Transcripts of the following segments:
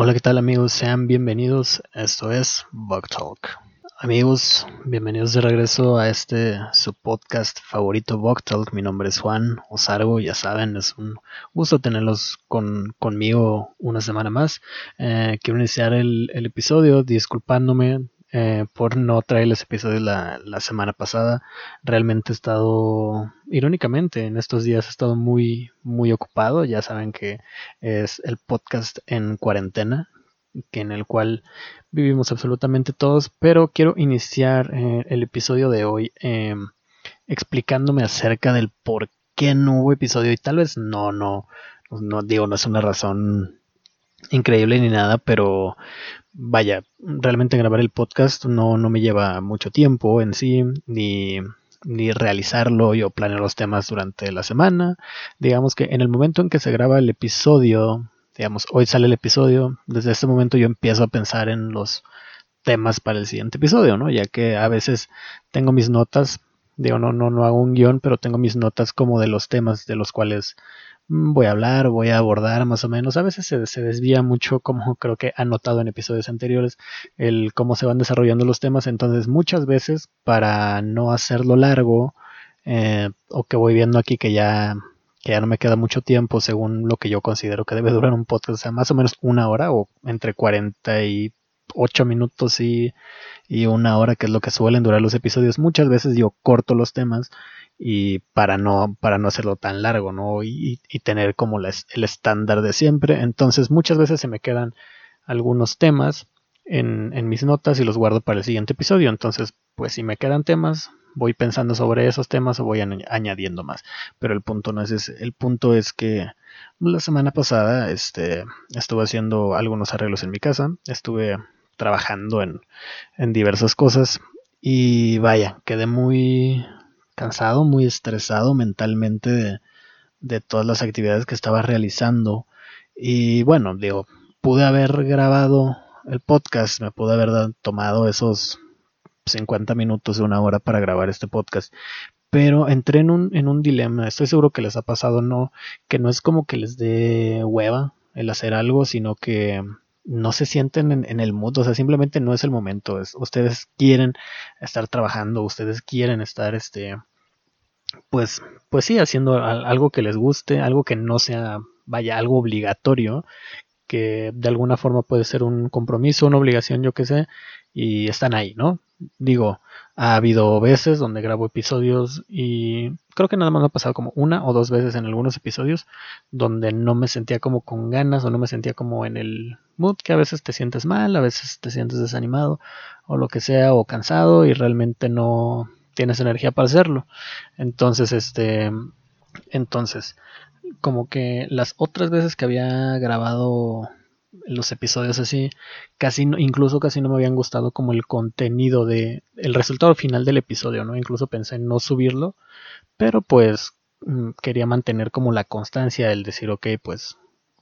Hola, ¿qué tal amigos? Sean bienvenidos. Esto es Bug Talk. Amigos, bienvenidos de regreso a su podcast favorito, Bug Talk. Mi nombre es Juan Osargo, ya saben, es un gusto tenerlos conmigo una semana más. Quiero iniciar el episodio disculpándome por no traerles episodios la semana pasada. Realmente he estado, irónicamente, en estos días he estado muy ocupado. Ya saben que es el podcast en cuarentena, en el cual vivimos absolutamente todos, pero quiero iniciar el episodio de hoy explicándome acerca del por qué no hubo episodio y tal vez no digo, no es una razón increíble ni nada, pero vaya, realmente grabar el podcast no me lleva mucho tiempo en sí, ni realizarlo o planear los temas durante la semana. Digamos que en el momento en que se graba el episodio, digamos, hoy sale el episodio, desde este momento yo empiezo a pensar en los temas para el siguiente episodio, ¿no? Ya que a veces tengo mis notas, digo, no hago un guión, pero tengo mis notas como de los temas de los cuales voy a hablar, voy a abordar más o menos. A veces se desvía mucho, como creo que he notado en episodios anteriores, el cómo se van desarrollando los temas. Entonces, muchas veces, para no hacerlo largo, o que voy viendo aquí que ya no me queda mucho tiempo según lo que yo considero que debe durar un podcast, o sea, más o menos una hora o entre 48 minutos y una hora, que es lo que suelen durar los episodios. Muchas veces yo corto los temas y para no hacerlo tan largo, ¿no? Y tener como el estándar de siempre. Entonces muchas veces se me quedan algunos temas en mis notas y los guardo para el siguiente episodio. Entonces, pues si me quedan temas, voy pensando sobre esos temas o voy añadiendo más. Pero el punto no es ese. El punto es que la semana pasada estuve haciendo algunos arreglos en mi casa. Estuve trabajando en diversas cosas y vaya, quedé muy cansado, muy estresado mentalmente de todas las actividades que estaba realizando. Y bueno, digo, pude haber grabado el podcast, me pude haber tomado esos 50 minutos de una hora para grabar este podcast, pero entré en un dilema. Estoy seguro que les ha pasado, no, que no es como que les dé hueva el hacer algo, sino que no se sienten en el mood, o sea, simplemente no es el momento. Ustedes quieren estar trabajando, ustedes quieren estar pues sí, haciendo algo que les guste, algo que no sea, vaya, algo obligatorio, que de alguna forma puede ser un compromiso, una obligación, yo qué sé, y están ahí, ¿no? Digo, ha habido veces donde grabo episodios y creo que nada más me ha pasado como una o dos veces en algunos episodios donde no me sentía como con ganas o no me sentía como en el mood, que a veces te sientes mal, a veces te sientes desanimado o lo que sea, o cansado y realmente no tienes energía para hacerlo. Entonces, entonces, como que las otras veces que había grabado los episodios así, incluso casi no me habían gustado como el contenido el resultado final del episodio, ¿no? Incluso pensé en no subirlo, pero pues quería mantener como la constancia, el decir, ok, pues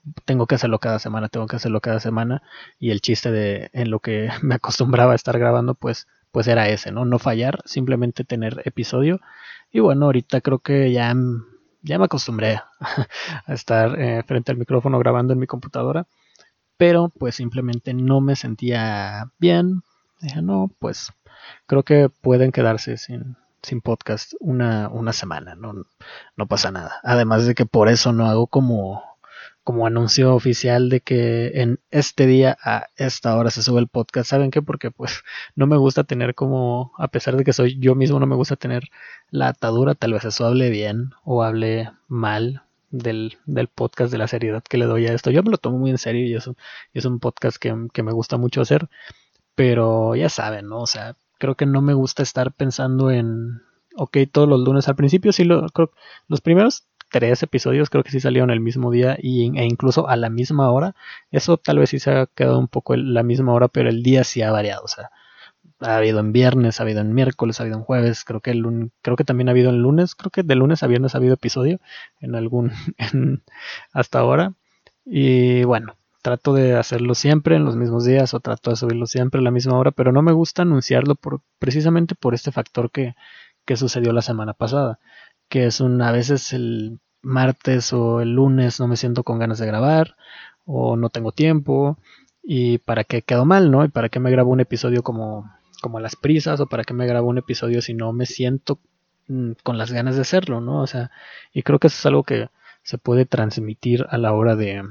tengo que hacerlo cada semana, y el chiste en lo que me acostumbraba a estar grabando, pues era ese, ¿no? No fallar, simplemente tener episodio. Y bueno, ahorita creo que ya me acostumbré a estar frente al micrófono grabando en mi computadora, pero pues simplemente no me sentía bien. Dije, no, pues creo que pueden quedarse sin podcast una semana, no pasa nada. Además de que por eso no hago como anuncio oficial de que en este día a esta hora se sube el podcast. ¿Saben qué? Porque pues no me gusta tener como, a pesar de que soy yo mismo, no me gusta tener la atadura. Tal vez eso hable bien o hable mal del podcast, de la seriedad que le doy a esto. Yo me lo tomo muy en serio y es un podcast que me gusta mucho hacer, pero ya saben, ¿no? O sea, creo que no me gusta estar pensando ok, todos los lunes. Al principio sí, creo, los primeros 3 episodios creo que sí salieron el mismo día e incluso a la misma hora. Eso tal vez sí se ha quedado un poco la misma hora, pero el día sí ha variado. O sea, ha habido en viernes, ha habido en miércoles, ha habido en jueves, creo que también ha habido en lunes, creo que de lunes a viernes ha habido episodio en algún, hasta ahora. Y bueno, trato de hacerlo siempre en los mismos días o trato de subirlo siempre a la misma hora, pero no me gusta anunciarlo precisamente por este factor que sucedió la semana pasada, que es a veces el martes o el lunes no me siento con ganas de grabar o no tengo tiempo y para qué quedó mal, ¿no? Y para qué me grabo un episodio como a las prisas, o para qué me grabo un episodio si no me siento con las ganas de hacerlo, ¿no? O sea, y creo que eso es algo que se puede transmitir a la hora de,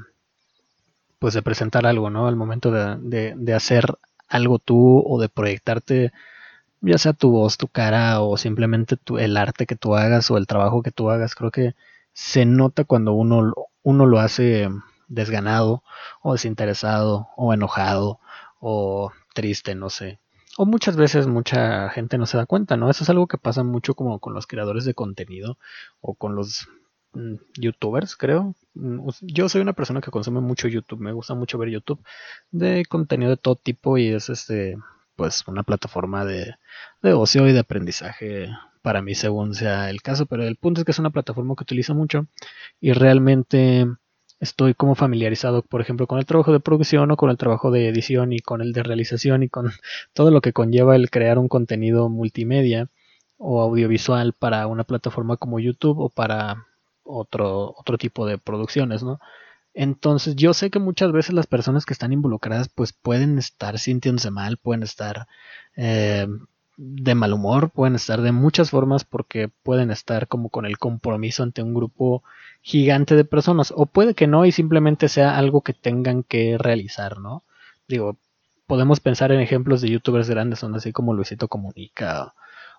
pues, de presentar algo, ¿no? Al momento de hacer algo tú, o de proyectarte, ya sea tu voz, tu cara, o simplemente el arte que tú hagas o el trabajo que tú hagas. Creo que se nota cuando uno lo hace desganado, o desinteresado, o enojado, o triste, no sé. O muchas veces mucha gente no se da cuenta, ¿no? Eso es algo que pasa mucho como con los creadores de contenido, o con los youtubers, creo. Yo soy una persona que consume mucho YouTube, me gusta mucho ver YouTube de contenido de todo tipo, y es pues una plataforma de ocio y de aprendizaje para mí, según sea el caso. Pero el punto es que es una plataforma que utilizo mucho, y realmente estoy como familiarizado, por ejemplo, con el trabajo de producción, o con el trabajo de edición, y con el de realización, y con todo lo que conlleva el crear un contenido multimedia o audiovisual para una plataforma como YouTube, o para otro tipo de producciones, ¿no? Entonces yo sé que muchas veces las personas que están involucradas pues pueden estar sintiéndose mal, pueden estar eh, de mal humor, pueden estar de muchas formas, porque pueden estar como con el compromiso ante un grupo gigante de personas, o puede que no, y simplemente sea algo que tengan que realizar, ¿no? Digo, podemos pensar en ejemplos de youtubers grandes, son así como Luisito Comunica,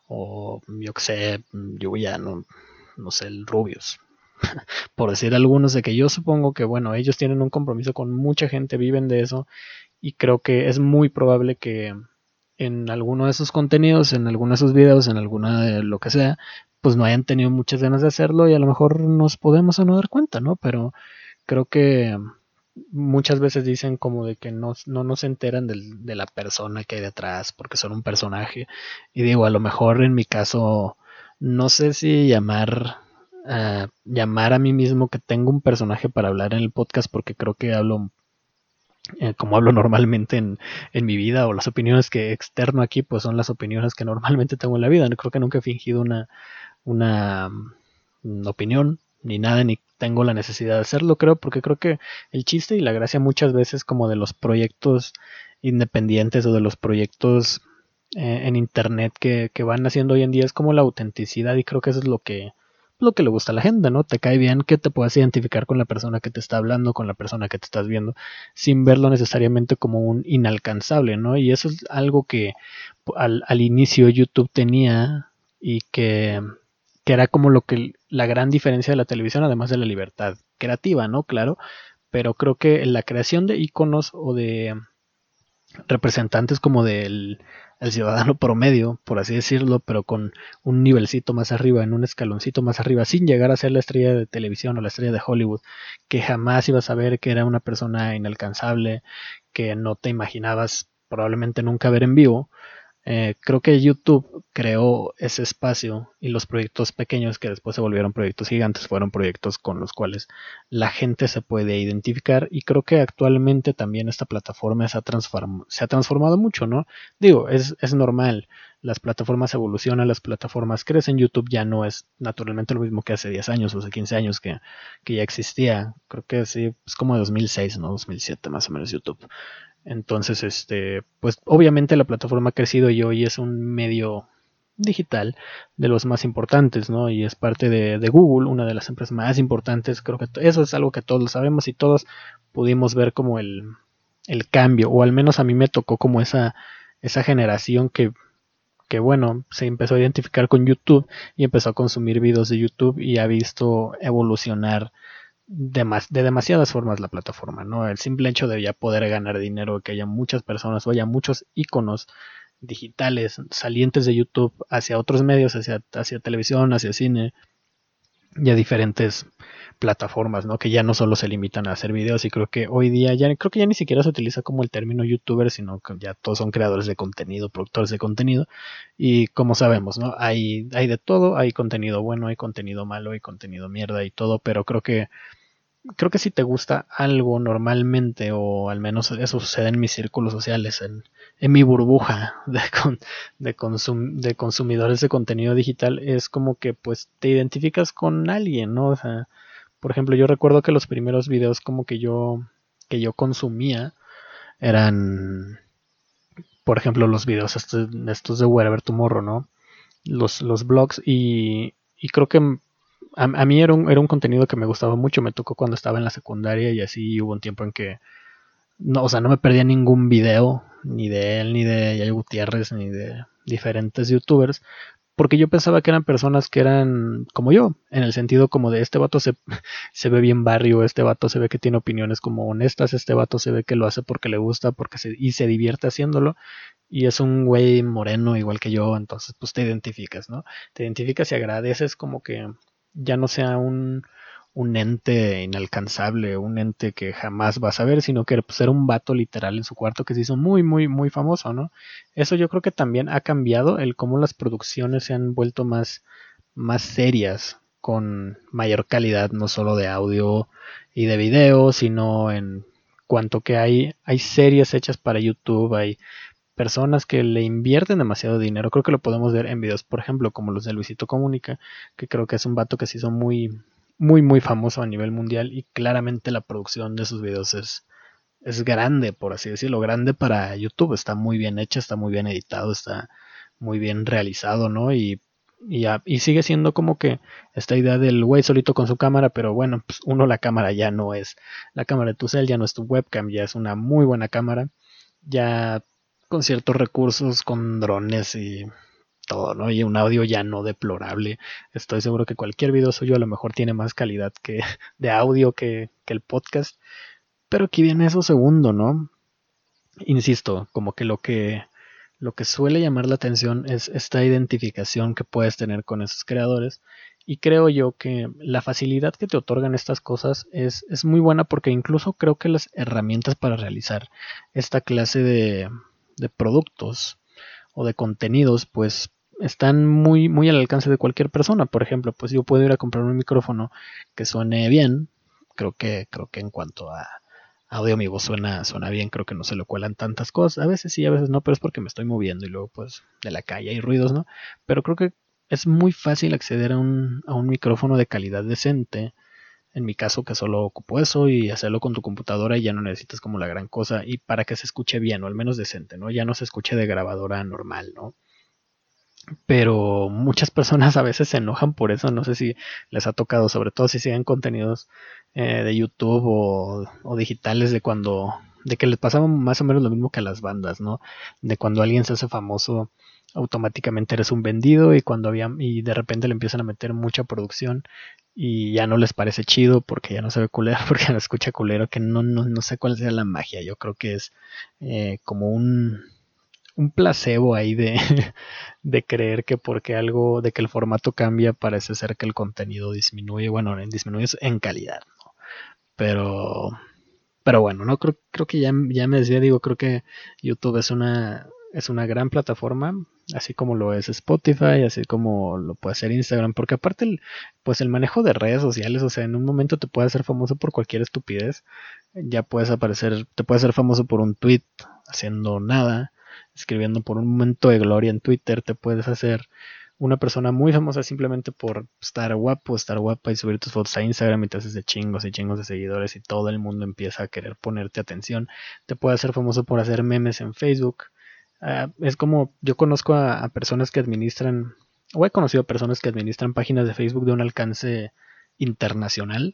o yo que sé, Yuya, no sé, el Rubius, por decir algunos, de que yo supongo que, bueno, ellos tienen un compromiso con mucha gente, viven de eso, y creo que es muy probable que en alguno de esos contenidos, en alguno de esos videos, en alguna de lo que sea, pues no hayan tenido muchas ganas de hacerlo, y a lo mejor nos podemos o no dar cuenta, ¿no? Pero creo que muchas veces dicen como de que no nos enteran de la persona que hay detrás, porque son un personaje. Y digo, a lo mejor en mi caso, no sé si llamar a mí mismo que tengo un personaje para hablar en el podcast, porque creo que hablo como hablo normalmente en mi vida, o las opiniones que externo aquí pues son las opiniones que normalmente tengo en la vida. No creo que nunca he fingido una opinión ni nada, ni tengo la necesidad de hacerlo, creo, porque creo que el chiste y la gracia muchas veces como de los proyectos independientes, o de los proyectos en internet que van haciendo hoy en día, es como la autenticidad, y creo que eso es lo que le gusta a la gente, ¿no? Te cae bien que te puedas identificar con la persona que te está hablando, con la persona que te estás viendo, sin verlo necesariamente como un inalcanzable, ¿no? Y eso es algo que al inicio YouTube tenía, y que era como lo que la gran diferencia de la televisión, además de la libertad creativa, ¿no? Claro, pero creo que la creación de iconos, o de representantes como del el ciudadano promedio, por así decirlo, pero con un nivelcito más arriba, en un escaloncito más arriba, sin llegar a ser la estrella de televisión o la estrella de Hollywood, que jamás ibas a ver, que era una persona inalcanzable, que no te imaginabas probablemente nunca ver en vivo. Creo que YouTube creó ese espacio, y los proyectos pequeños que después se volvieron proyectos gigantes fueron proyectos con los cuales la gente se puede identificar, y creo que actualmente también esta plataforma se ha transformado mucho, ¿no? Digo, es normal, las plataformas evolucionan, las plataformas crecen. YouTube ya no es naturalmente lo mismo que hace 10 años o hace 15 años que ya existía. Creo que sí, es como de 2006, ¿no? 2007 más o menos YouTube. Entonces, pues obviamente la plataforma ha crecido, y hoy es un medio digital de los más importantes, ¿no? Y es parte de Google, una de las empresas más importantes. Creo que eso es algo que todos lo sabemos, y todos pudimos ver como el cambio, o al menos a mí me tocó como esa generación que bueno, se empezó a identificar con YouTube, y empezó a consumir videos de YouTube, y ha visto evolucionar de demasiadas formas la plataforma, ¿no? El simple hecho de ya poder ganar dinero, que haya muchas personas, o haya muchos iconos digitales salientes de YouTube hacia otros medios, hacia televisión, hacia cine, y a diferentes plataformas, ¿no? Que ya no solo se limitan a hacer videos. Y creo que hoy día creo que ya ni siquiera se utiliza como el término youtuber, sino que ya todos son creadores de contenido, productores de contenido. Y como sabemos, ¿no? Hay de todo, hay contenido bueno, hay contenido malo, hay contenido mierda y todo, pero creo que si te gusta algo normalmente, o al menos eso sucede en mis círculos sociales, en mi burbuja de consumidores de contenido digital, es como que pues te identificas con alguien, ¿no? O sea, por ejemplo, yo recuerdo que los primeros videos como que yo consumía, eran, por ejemplo, los videos estos de Wherever Tomorrow, ¿no? Los blogs y creo que a mí era un contenido que me gustaba mucho, me tocó cuando estaba en la secundaria y así hubo un tiempo en que no, o sea, no me perdía ningún video, ni de él, ni de Yayo Gutiérrez, ni de diferentes youtubers, porque yo pensaba que eran personas que eran como yo, en el sentido como de este vato se ve bien barrio, este vato se ve que tiene opiniones como honestas, este vato se ve que lo hace porque le gusta y se divierte haciéndolo, y es un güey moreno igual que yo, entonces pues te identificas, ¿no? Te identificas y agradeces como que ya no sea un ente inalcanzable, un ente que jamás vas a ver, sino que pues, era un vato literal en su cuarto que se hizo muy, muy, muy famoso, ¿no? Eso yo creo que también ha cambiado el cómo las producciones se han vuelto más serias, con mayor calidad, no solo de audio y de video, sino en cuanto que hay series hechas para YouTube, hay personas que le invierten demasiado dinero. Creo que lo podemos ver en videos, por ejemplo, como los de Luisito Comunica, que creo que es un vato que se hizo muy, muy, muy famoso a nivel mundial y claramente la producción de sus videos es grande, por así decirlo, grande para YouTube. Está muy bien hecha, está muy bien editado, está muy bien realizado, ¿no? Y sigue siendo como que esta idea del güey solito con su cámara, pero bueno, pues uno la cámara ya no es la cámara de tu cel, ya no es tu webcam, ya es una muy buena cámara, ya con ciertos recursos, con drones y todo, ¿no? Y un audio ya no deplorable. Estoy seguro que cualquier video suyo a lo mejor tiene más calidad que de audio que el podcast. Pero aquí viene eso segundo, ¿no? Insisto, como que lo que suele llamar la atención es esta identificación que puedes tener con esos creadores. Y creo yo que la facilidad que te otorgan estas cosas es muy buena porque incluso creo que las herramientas para realizar esta clase de productos o de contenidos, pues están muy, muy al alcance de cualquier persona. Por ejemplo, pues yo puedo ir a comprar un micrófono que suene bien. Creo que en cuanto a audio mi voz suena bien, creo que no se le cuelan tantas cosas. A veces sí, a veces no, pero es porque me estoy moviendo y luego pues de la calle hay ruidos, ¿no? Pero creo que es muy fácil acceder a un micrófono de calidad decente. En mi caso que solo ocupo eso y hacerlo con tu computadora y ya no necesitas como la gran cosa y para que se escuche bien o al menos decente, ¿no? Ya no se escuche de grabadora normal, ¿no? Pero muchas personas a veces se enojan por eso, no sé si les ha tocado, sobre todo si siguen contenidos de YouTube o digitales de que les pasaba más o menos lo mismo que a las bandas, ¿no? De cuando alguien se hace famoso, automáticamente eres un vendido y de repente le empiezan a meter mucha producción y ya no les parece chido porque ya no se ve culero, porque no escucha culero, que no sé cuál sea la magia, yo creo que es como un placebo ahí de creer que porque algo, de que el formato cambia, parece ser que el contenido disminuye, bueno, disminuye en calidad, ¿no? Pero, pero bueno, no creo que ya me decía, digo, creo que YouTube es una gran plataforma, así como lo es Spotify, así como lo puede ser Instagram, porque aparte pues el manejo de redes sociales, o sea, en un momento te puedes hacer famoso por cualquier estupidez, ya te puedes hacer famoso por un tweet haciendo nada, escribiendo por un momento de gloria en Twitter, te puedes hacer una persona muy famosa simplemente por estar guapo, estar guapa y subir tus fotos a Instagram y te haces de chingos y chingos de seguidores y todo el mundo empieza a querer ponerte atención. Te puedes hacer famoso por hacer memes en Facebook. Es como yo conozco a personas que administran, o he conocido a personas que administran páginas de Facebook de un alcance internacional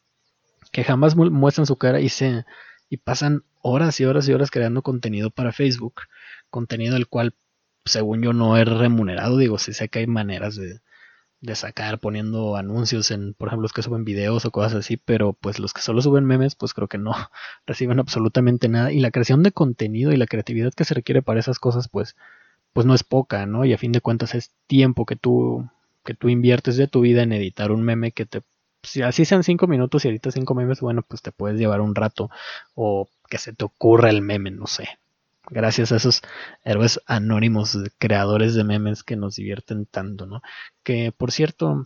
que jamás muestran su cara y pasan horas y horas y horas creando contenido para Facebook, contenido el cual según yo no es remunerado, digo, sí sé que hay maneras de sacar poniendo anuncios en, por ejemplo, los que suben videos o cosas así, pero pues los que solo suben memes, pues creo que no reciben absolutamente nada y la creación de contenido y la creatividad que se requiere para esas cosas, pues no es poca, ¿no? Y a fin de cuentas es tiempo que tú inviertes de tu vida en editar un meme si así sean 5 minutos y editas 5 memes, bueno, pues te puedes llevar un rato o que se te ocurra el meme, no sé. Gracias a esos héroes anónimos, creadores de memes que nos divierten tanto, ¿no? Que por cierto,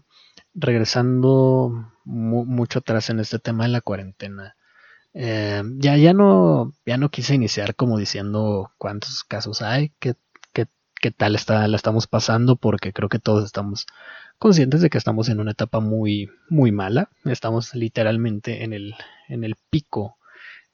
regresando mucho atrás en este tema de la cuarentena, ya no quise iniciar como diciendo cuántos casos hay, qué tal la estamos pasando, porque creo que todos estamos conscientes de que estamos en una etapa muy, muy mala. Estamos literalmente en el pico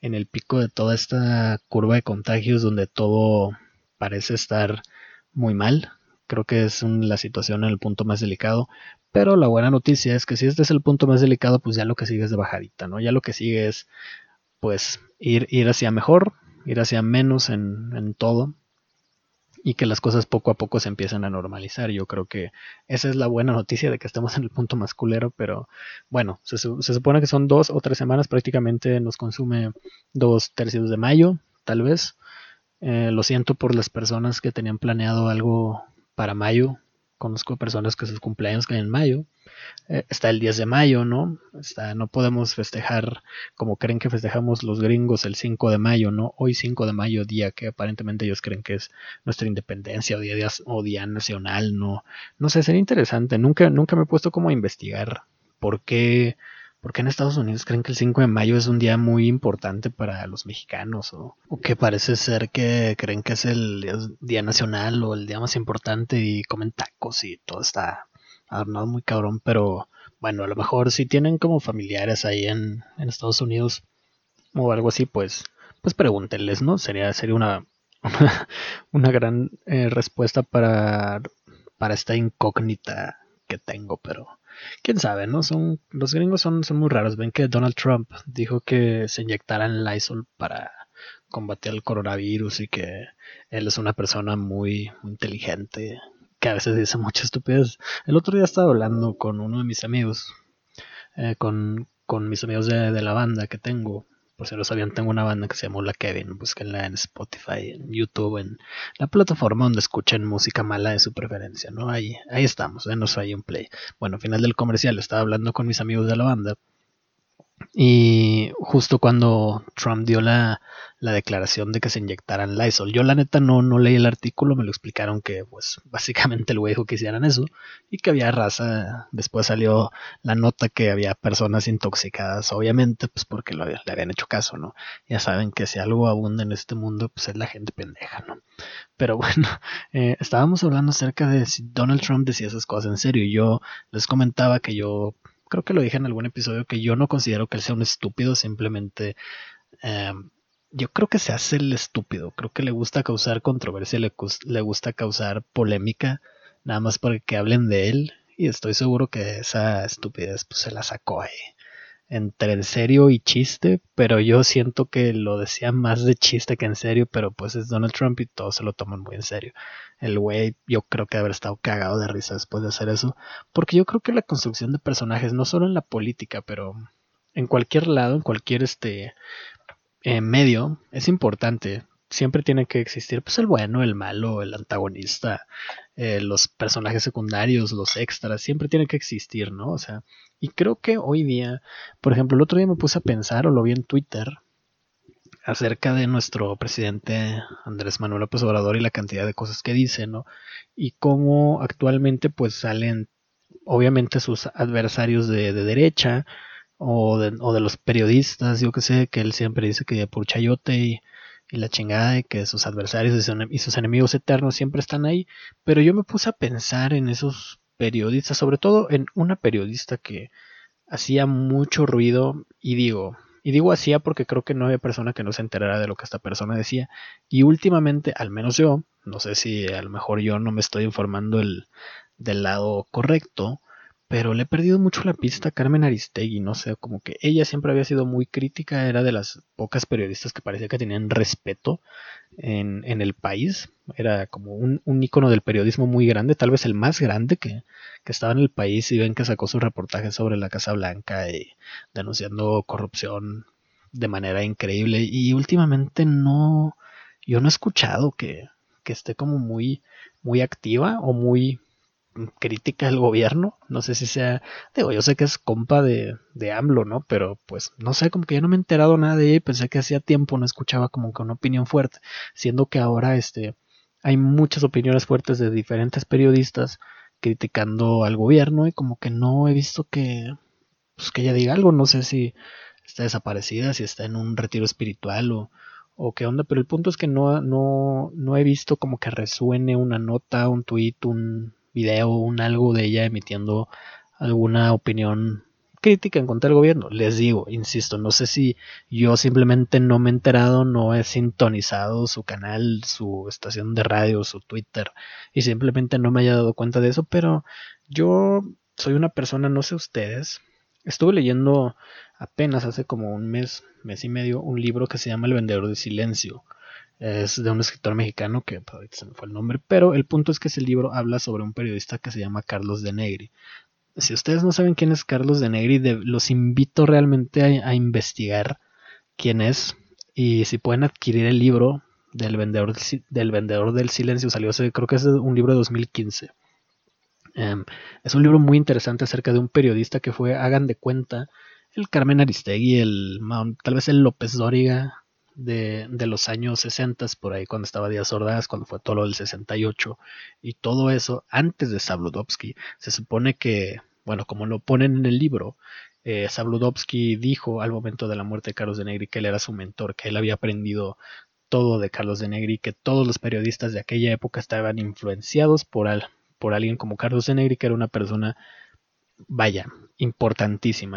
en el pico de toda esta curva de contagios donde todo parece estar muy mal. Creo que es la situación en el punto más delicado. Pero la buena noticia es que si este es el punto más delicado, pues ya lo que sigue es de bajadita, ¿no? Ya lo que sigue es, pues, ir hacia mejor, ir hacia menos en todo y que las cosas poco a poco se empiezan a normalizar. Yo creo que esa es la buena noticia de que estamos en el punto más culero, pero bueno, se supone que son 2 o 3 semanas, prácticamente nos consume 2 tercios de mayo, tal vez. Lo siento por las personas que tenían planeado algo para mayo. Conozco personas que sus cumpleaños caen en mayo. Está el 10 de mayo, ¿no? No podemos festejar como creen que festejamos los gringos el 5 de mayo, ¿no? Hoy 5 de mayo, día que aparentemente ellos creen que es nuestra independencia o día nacional, ¿no? No sé, sería interesante. Nunca me he puesto como a investigar por qué, por qué en Estados Unidos creen que el 5 de mayo es un día muy importante para los mexicanos o que parece ser que creen que es el día nacional o el día más importante y comen tacos y todo está adornado muy cabrón, pero bueno, a lo mejor si tienen como familiares ahí en Estados Unidos o algo así, pues pregúntenles, ¿no? Sería una gran respuesta para esta incógnita que tengo, pero quién sabe, ¿no? Los gringos son muy raros. Ven que Donald Trump dijo que se inyectaran Lysol para combatir el coronavirus y que él es una persona muy inteligente, que a veces dice muchas estupidez. El otro día estaba hablando con uno de mis amigos, con mis amigos de la banda que tengo. Por si no sabían, tengo una banda que se llama La Kevin. Búsquenla en Spotify, en YouTube, en la plataforma donde escuchen música mala de su preferencia, ¿no? Ahí estamos, nos hay un play. Bueno, al final del comercial estaba hablando con mis amigos de la banda y justo cuando Trump dio la declaración de que se inyectaran Lysol, yo la neta no leí el artículo, me lo explicaron que pues básicamente el güey dijo que hicieran eso y que había raza, después salió la nota que había personas intoxicadas, obviamente pues porque le habían hecho caso, ¿no? Ya saben que si algo abunda en este mundo pues es la gente pendeja, ¿no? Pero bueno, estábamos hablando acerca de si Donald Trump decía esas cosas en serio y yo les comentaba que yo creo que lo dije en algún episodio que yo no considero que él sea un estúpido, simplemente eh, yo creo que se hace el estúpido, creo que le gusta causar controversia, le gusta causar polémica, nada más para que hablen de él y estoy seguro que esa estupidez pues, se la sacó ahí entre en serio y chiste, pero yo siento que lo decía más de chiste que en serio, pero pues es Donald Trump y todos se lo toman muy en serio. El güey yo creo que debe haber estado cagado de risa después de hacer eso, porque yo creo que la construcción de personajes, no solo en la política, pero en cualquier lado, en cualquier medio, es importante. Siempre tiene que existir pues el bueno, el malo, el antagonista, los personajes secundarios, los extras, siempre tiene que existir, ¿no? O sea, y creo que hoy día, por ejemplo, el otro día me puse a pensar o lo vi en Twitter acerca de nuestro presidente Andrés Manuel López Obrador y la cantidad de cosas que dice, ¿no? Y cómo actualmente pues salen obviamente sus adversarios de derecha o de los periodistas, yo que sé, que él siempre dice que por chayote y la chingada y que sus adversarios y sus enemigos eternos siempre están ahí, pero yo me puse a pensar en esos periodistas, sobre todo en una periodista que hacía mucho ruido y digo hacía porque creo que no había persona que no se enterara de lo que esta persona decía y últimamente, al menos yo, no sé si a lo mejor yo no me estoy informando del lado correcto, pero le he perdido mucho la pista a Carmen Aristegui, no sé, como que ella siempre había sido muy crítica, era de las pocas periodistas que parecía que tenían respeto en el país, era como un ícono del periodismo muy grande, tal vez el más grande que estaba en el país y ven que sacó sus reportajes sobre la Casa Blanca y denunciando corrupción de manera increíble y últimamente yo no he escuchado que esté como muy activa o muy crítica al gobierno, no sé si sea, digo, yo sé que es compa de AMLO, ¿no? Pero pues no sé, como que yo no me he enterado nada de ella y pensé que hacía tiempo no escuchaba como que una opinión fuerte, siendo que ahora hay muchas opiniones fuertes de diferentes periodistas criticando al gobierno y como que no he visto que ella diga algo, no sé si está desaparecida, si está en un retiro espiritual o qué onda, pero el punto es que no he visto como que resuene una nota, un tweet, un video, un algo de ella emitiendo alguna opinión crítica en contra del gobierno. Les digo, insisto, no sé si yo simplemente no me he enterado, no he sintonizado su canal, su estación de radio, su Twitter, y simplemente no me haya dado cuenta de eso, pero yo soy una persona, no sé ustedes, estuve leyendo apenas hace como un mes, mes y medio, un libro que se llama El vendedor de silencio. Es de un escritor mexicano que pues, ahorita se me fue el nombre, pero el punto es que ese libro habla sobre un periodista que se llama Carlos de Negri. Si ustedes no saben quién es Carlos de Negri, los invito realmente a investigar quién es, y si pueden adquirir el libro del vendedor del silencio. Salió hace, creo que es un libro de 2015. Es un libro muy interesante acerca de un periodista que fue, hagan de cuenta, el Carmen Aristegui, tal vez el López Dóriga de los años 60, por ahí cuando estaba Díaz Ordaz, cuando fue todo lo del 68 y todo eso, antes de Sabludovsky. Se supone que, bueno, como lo ponen en el libro, Sabludovsky dijo al momento de la muerte de Carlos de Negri que él era su mentor, que él había aprendido todo de Carlos de Negri, que todos los periodistas de aquella época estaban influenciados por alguien como Carlos de Negri, que era una persona, vaya, importantísima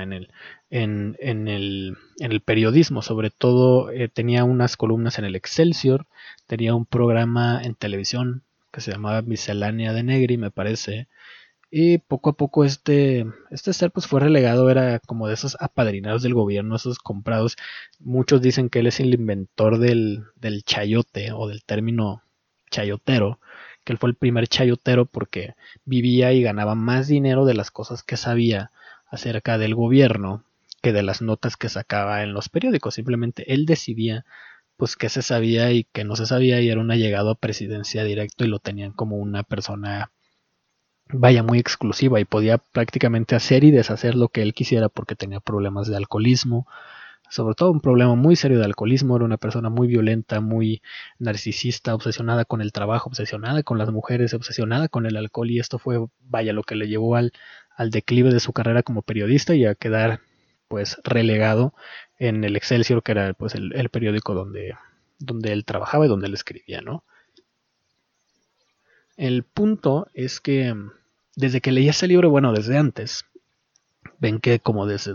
en el periodismo. Sobre todo tenía unas columnas en el Excelsior, tenía un programa en televisión que se llamaba Miscelánea de Negri, me parece, y poco a poco este ser pues fue relegado, era como de esos apadrinados del gobierno, esos comprados. Muchos dicen que él es el inventor del chayote o del término chayotero, que él fue el primer chayotero porque vivía y ganaba más dinero de las cosas que sabía acerca del gobierno que de las notas que sacaba en los periódicos. Simplemente él decidía pues qué se sabía y qué no se sabía, y era un allegado a presidencia directo y lo tenían como una persona, vaya, muy exclusiva, y podía prácticamente hacer y deshacer lo que él quisiera porque tenía problemas de alcoholismo, sobre todo un problema muy serio de alcoholismo. Era una persona muy violenta, muy narcisista, obsesionada con el trabajo, obsesionada con las mujeres, obsesionada con el alcohol, y esto fue, vaya, lo que le llevó al declive de su carrera como periodista y a quedar pues relegado en el Excelsior, que era pues el periódico donde él trabajaba y donde él escribía, ¿no? El punto es que desde que leí ese libro, bueno, desde antes, ven que como desde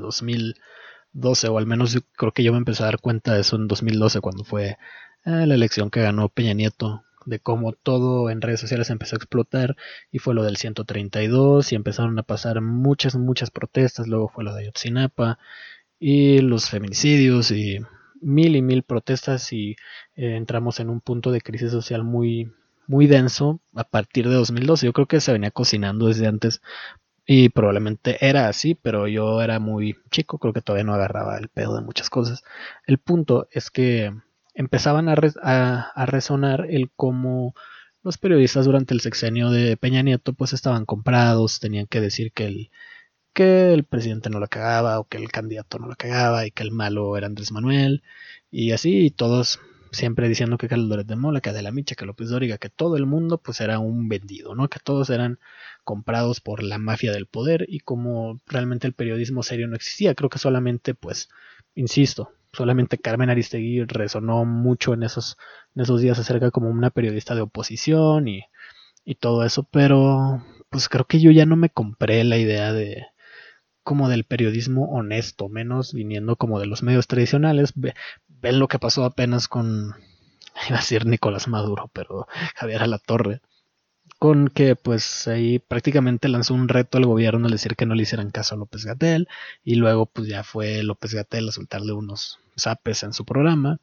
2012, o al menos creo que yo me empecé a dar cuenta de eso en 2012, cuando fue la elección que ganó Peña Nieto, de cómo todo en redes sociales empezó a explotar, y fue lo del 132 y empezaron a pasar muchas, muchas protestas. Luego fue lo de Ayotzinapa y los feminicidios y mil protestas, y entramos en un punto de crisis social muy, muy denso a partir de 2012. Yo creo que se venía cocinando desde antes y probablemente era así, pero yo era muy chico, creo que todavía no agarraba el pedo de muchas cosas. El punto es que empezaban a resonar el cómo los periodistas durante el sexenio de Peña Nieto pues estaban comprados, tenían que decir que el presidente no la cagaba, o que el candidato no la cagaba, y que el malo era Andrés Manuel, y así, y todos siempre diciendo que Carlos Loret de Mola, que Adela Micha, que López Dóriga, que todo el mundo pues era un vendido, ¿no? Que todos eran comprados por la mafia del poder, y como realmente el periodismo serio no existía. Creo que solamente, pues, insisto, solamente Carmen Aristegui resonó mucho en esos días acerca como una periodista de oposición y todo eso, pero pues creo que yo ya no me compré la idea como del periodismo honesto, menos viniendo como de los medios tradicionales. Ven lo que pasó apenas con, iba a decir Nicolás Maduro, pero Javier Alatorre, con que pues ahí prácticamente lanzó un reto al gobierno al decir que no le hicieran caso a López-Gatell, y luego pues ya fue López-Gatell a soltarle unos zapes en su programa.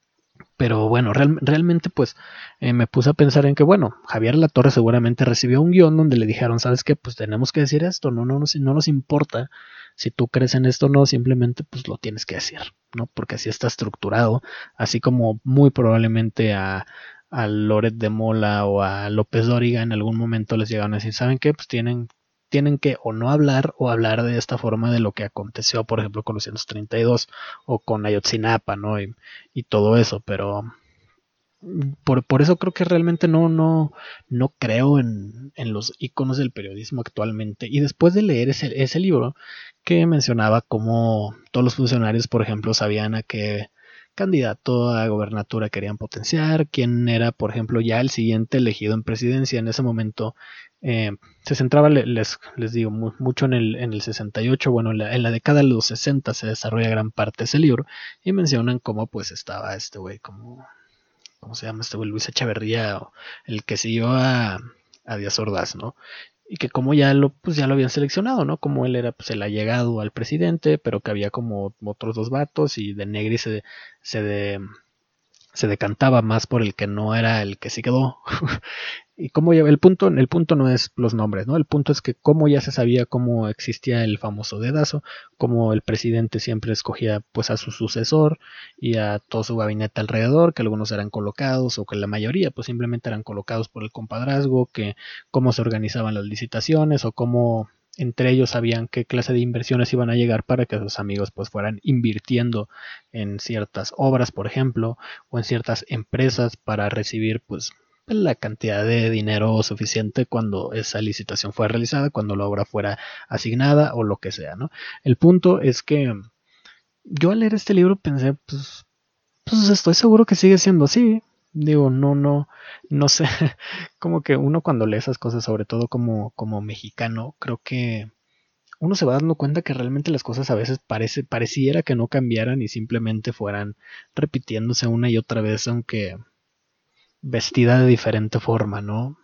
Pero bueno, realmente pues me puse a pensar en que, bueno, Javier Latorre seguramente recibió un guión donde le dijeron, ¿sabes qué? Pues tenemos que decir esto, no nos importa si tú crees en esto o no, simplemente pues lo tienes que decir, ¿no? Porque así está estructurado, así como muy probablemente a Loret de Mola o a López Dóriga en algún momento les llegaron a decir, ¿saben qué? Pues tienen que o no hablar, o hablar de esta forma de lo que aconteció, por ejemplo, con los 132 o con Ayotzinapa, ¿no? Y todo eso, pero por eso creo que realmente no creo en los iconos del periodismo actualmente. Y después de leer ese libro que mencionaba cómo todos los funcionarios, por ejemplo, sabían candidato a gobernatura querían potenciar, quién era, por ejemplo, ya el siguiente elegido en presidencia. En ese momento se centraba, les digo, mucho en el 68, bueno, en la década de los 60 se desarrolla gran parte de ese libro y mencionan cómo pues estaba este güey, ¿cómo se llama este güey? Luis Echeverría, el que siguió a Díaz Ordaz, ¿no? Y que como pues ya lo habían seleccionado, ¿no? Como él era pues el allegado al presidente, pero que había como otros dos vatos y de Negri se decantaba más por el que no era el que sí quedó. Y como ya el punto no es los nombres, ¿no? El punto es que como ya se sabía cómo existía el famoso dedazo, como el presidente siempre escogía pues a su sucesor y a todo su gabinete alrededor, que algunos eran colocados o que la mayoría pues simplemente eran colocados por el compadrazgo, que cómo se organizaban las licitaciones o cómo entre ellos sabían qué clase de inversiones iban a llegar para que sus amigos pues fueran invirtiendo en ciertas obras, por ejemplo, o en ciertas empresas para recibir pues la cantidad de dinero suficiente cuando esa licitación fue realizada, cuando la obra fuera asignada o lo que sea, ¿no? El punto es que yo al leer este libro pensé, pues estoy seguro que sigue siendo así. Digo, no sé, como que uno cuando lee esas cosas, sobre todo como mexicano, creo que uno se va dando cuenta que realmente las cosas a veces pareciera que no cambiaran y simplemente fueran repitiéndose una y otra vez, aunque vestida de diferente forma, ¿no?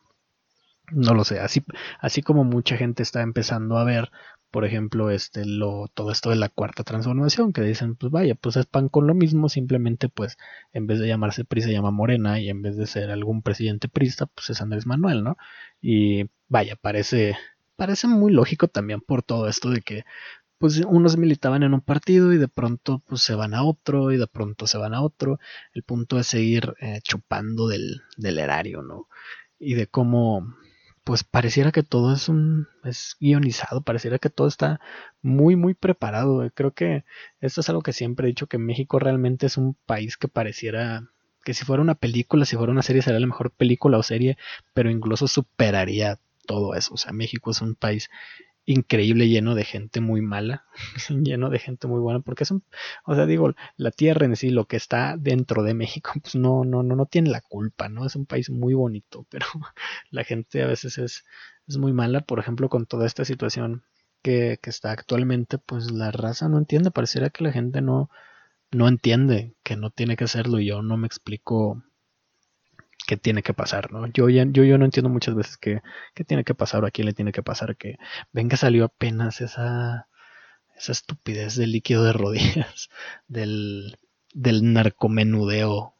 No lo sé, así como mucha gente está empezando a ver, por ejemplo, todo esto de la cuarta transformación, que dicen, pues vaya, pues es pan con lo mismo, simplemente pues en vez de llamarse PRI se llama Morena y en vez de ser algún presidente prista, pues es Andrés Manuel, ¿no? Y vaya, parece muy lógico también por todo esto de que pues unos militaban en un partido y de pronto pues se van a otro y de pronto se van a otro. El punto es seguir chupando del erario, ¿no? Y de cómo pues pareciera que todo es guionizado, pareciera que todo está muy muy preparado. Creo que esto es algo que siempre he dicho, que México realmente es un país que pareciera que si fuera una película, si fuera una serie sería la mejor película o serie, pero incluso superaría todo eso. O sea, México es un país increíble, lleno de gente muy mala, lleno de gente muy buena, porque o sea, digo, la tierra en sí, lo que está dentro de México, pues no tiene la culpa, ¿no? Es un país muy bonito, pero la gente a veces es muy mala, por ejemplo, con toda esta situación que está actualmente, pues la raza no entiende, pareciera que la gente no entiende que no tiene que hacerlo y yo no me explico qué tiene que pasar, ¿no? Yo no entiendo muchas veces qué tiene que pasar o a quién le tiene que pasar, que venga salió apenas esa estupidez del líquido de rodillas, del narcomenudeo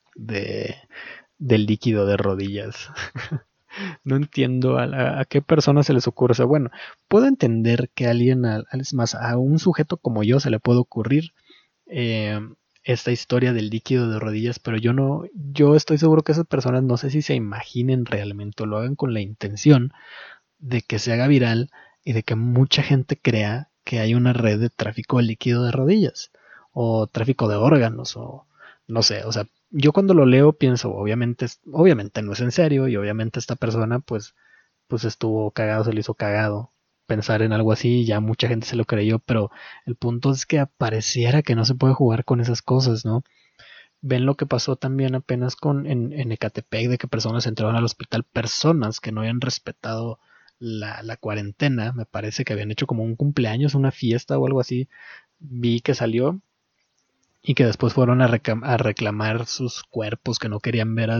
del líquido de rodillas. No entiendo a qué persona se les ocurre. O sea, bueno, puedo entender que es más, a un sujeto como yo se le puede ocurrir eh, esta historia del líquido de rodillas, pero yo estoy seguro que esas personas no sé si se imaginen realmente o lo hagan con la intención de que se haga viral y de que mucha gente crea que hay una red de tráfico de líquido de rodillas o tráfico de órganos o no sé, o sea, yo cuando lo leo pienso, obviamente no es en serio y obviamente esta persona pues estuvo cagado, se le hizo cagado pensar en algo así, ya mucha gente se lo creyó, pero el punto es que pareciera que no se puede jugar con esas cosas, ¿no? Ven lo que pasó también apenas en Ecatepec, de que personas entraron al hospital, personas que no habían respetado la cuarentena, me parece que habían hecho como un cumpleaños, una fiesta o algo así, vi que salió y que después fueron a reclamar sus cuerpos, que no querían ver a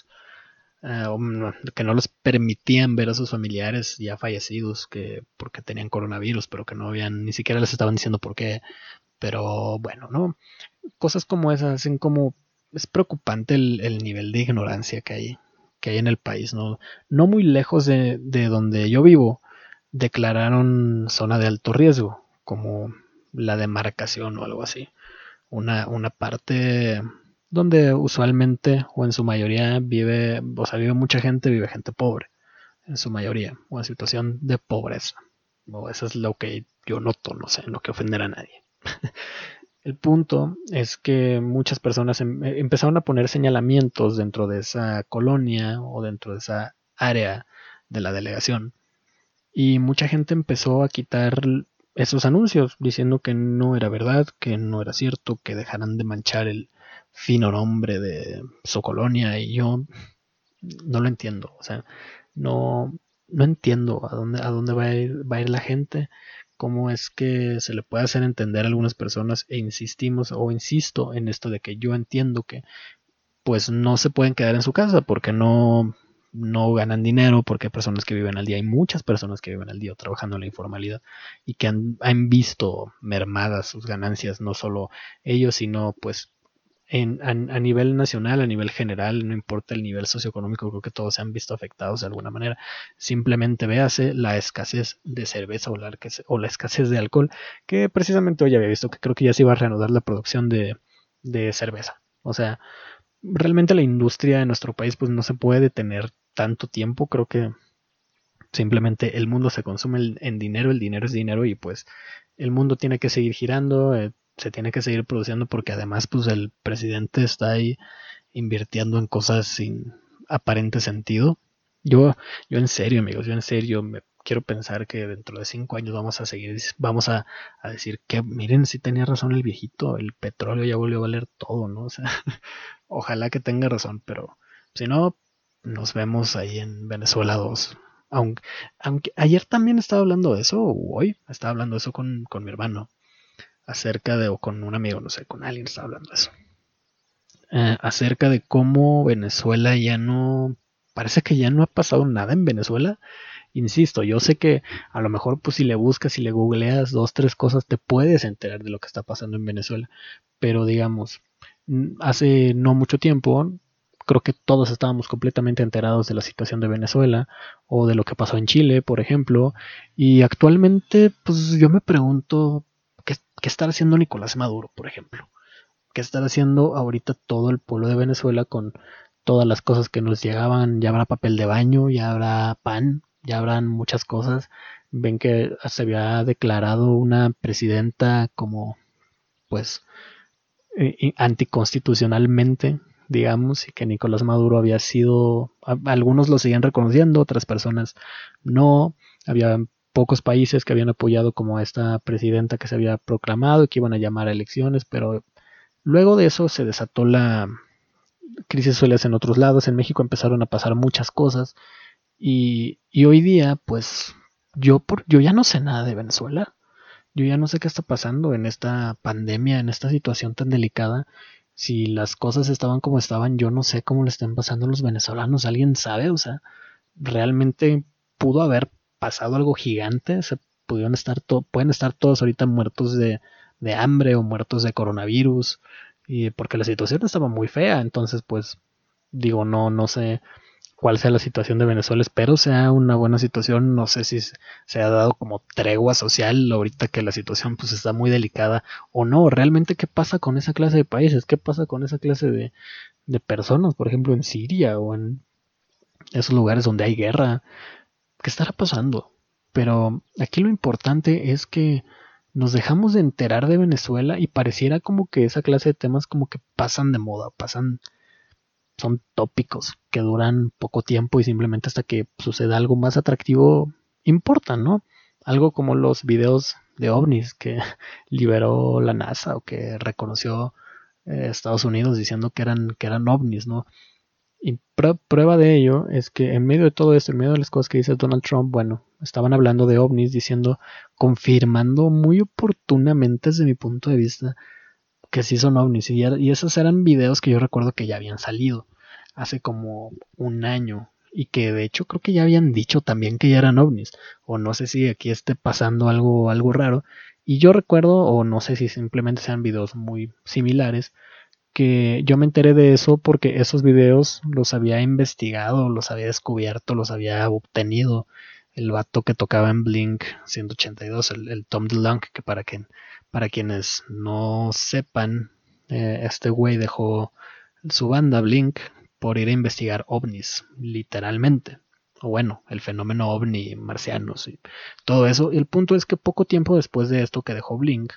que no les permitían ver a sus familiares ya fallecidos, que porque tenían coronavirus, pero que no habían, ni siquiera les estaban diciendo por qué, pero bueno, ¿no? Cosas como esas hacen como es preocupante el nivel de ignorancia que hay en el país, ¿no? No muy lejos de donde yo vivo, declararon zona de alto riesgo, como la demarcación o algo así. Una parte donde usualmente o en su mayoría vive mucha gente, vive gente pobre, en su mayoría, o en situación de pobreza. O eso es lo que yo noto, no sé, no que ofender a nadie. El punto es que muchas personas empezaron a poner señalamientos dentro de esa colonia o dentro de esa área de la delegación. Y mucha gente empezó a quitar esos anuncios diciendo que no era verdad, que no era cierto, que dejaran de manchar el fino nombre de su colonia, y yo no lo entiendo. O sea, no, no entiendo a dónde va a ir la gente, cómo es que se le puede hacer entender a algunas personas, e insisto en esto de que yo entiendo que pues no se pueden quedar en su casa porque no ganan dinero, porque hay personas que viven al día, hay muchas personas que viven al día trabajando en la informalidad y que han visto mermadas sus ganancias, no solo ellos, sino pues a nivel nacional, a nivel general, no importa el nivel socioeconómico, creo que todos se han visto afectados de alguna manera. Simplemente véase la escasez de cerveza o la escasez de alcohol, que precisamente hoy había visto que creo que ya se iba a reanudar la producción de cerveza. O sea, realmente la industria en nuestro país pues no se puede detener tanto tiempo. Creo que simplemente el mundo se consume en dinero, el dinero es dinero, y pues el mundo tiene que seguir girando, se tiene que seguir produciendo, porque además pues el presidente está ahí invirtiendo en cosas sin aparente sentido. Yo en serio, amigos, yo en serio me quiero pensar que dentro de 5 años vamos a decir que miren, si tenía razón el viejito, el petróleo ya volvió a valer todo, ¿no? O sea, ojalá que tenga razón, pero si no, nos vemos ahí en Venezuela 2. Aunque ayer también estaba hablando de eso, o hoy estaba hablando de eso con mi hermano, o con un amigo, no sé, con alguien estaba hablando de eso. Acerca de cómo Venezuela parece que ya no ha pasado nada en Venezuela. Insisto, yo sé que a lo mejor pues si le buscas, si le googleas dos, tres cosas, te puedes enterar de lo que está pasando en Venezuela. Pero digamos, hace no mucho tiempo, creo que todos estábamos completamente enterados de la situación de Venezuela o de lo que pasó en Chile, por ejemplo. Y actualmente, pues yo me pregunto, ¿qué estará haciendo Nicolás Maduro, por ejemplo? ¿Qué estará haciendo ahorita todo el pueblo de Venezuela con todas las cosas que nos llegaban? Ya habrá papel de baño, ya habrá pan, ya habrán muchas cosas. Ven que se había declarado una presidenta como, pues, anticonstitucionalmente, digamos, y que Nicolás Maduro había sido, algunos lo siguen reconociendo, otras personas no. Había pocos países que habían apoyado como a esta presidenta que se había proclamado y que iban a llamar a elecciones, pero luego de eso se desató la crisis sociales en otros lados. En México empezaron a pasar muchas cosas, y hoy día, pues, yo ya no sé nada de Venezuela. Yo ya no sé qué está pasando en esta pandemia, en esta situación tan delicada. Si las cosas estaban como estaban, yo no sé cómo le están pasando a los venezolanos. ¿Alguien sabe? O sea, realmente pudo haber pasado algo gigante. Pueden estar todos ahorita muertos de hambre o muertos de coronavirus. Y porque la situación estaba muy fea. Entonces, pues, digo, no sé cuál sea la situación de Venezuela. Espero sea una buena situación. No sé si se ha dado como tregua social ahorita que la situación pues está muy delicada o no. Realmente, ¿qué pasa con esa clase de países? ¿Qué pasa con esa clase de personas? Por ejemplo, en Siria o en esos lugares donde hay guerra. ¿Qué estará pasando? Pero aquí lo importante es que nos dejamos de enterar de Venezuela y pareciera como que esa clase de temas como que pasan de moda, son tópicos que duran poco tiempo y simplemente hasta que suceda algo más atractivo importan, ¿no? Algo como los videos de ovnis que liberó la NASA o que reconoció Estados Unidos diciendo que eran ovnis, ¿no? Y prueba de ello es que en medio de todo esto, en medio de las cosas que dice Donald Trump, bueno, estaban hablando de ovnis, confirmando muy oportunamente desde mi punto de vista que sí son ovnis. Y esos eran videos que yo recuerdo que ya habían salido hace como un año. Y que de hecho creo que ya habían dicho también que ya eran ovnis. O no sé si aquí esté pasando algo raro. Y yo recuerdo, o no sé si simplemente sean videos muy similares, que yo me enteré de eso porque esos videos los había investigado, los había descubierto, los había obtenido el vato que tocaba en Blink 182, el Tom DeLonge, que para quienes no sepan, este güey dejó su banda Blink por ir a investigar ovnis, literalmente. O bueno, el fenómeno ovni, marcianos y todo eso. Y el punto es que poco tiempo después de esto que dejó Blink,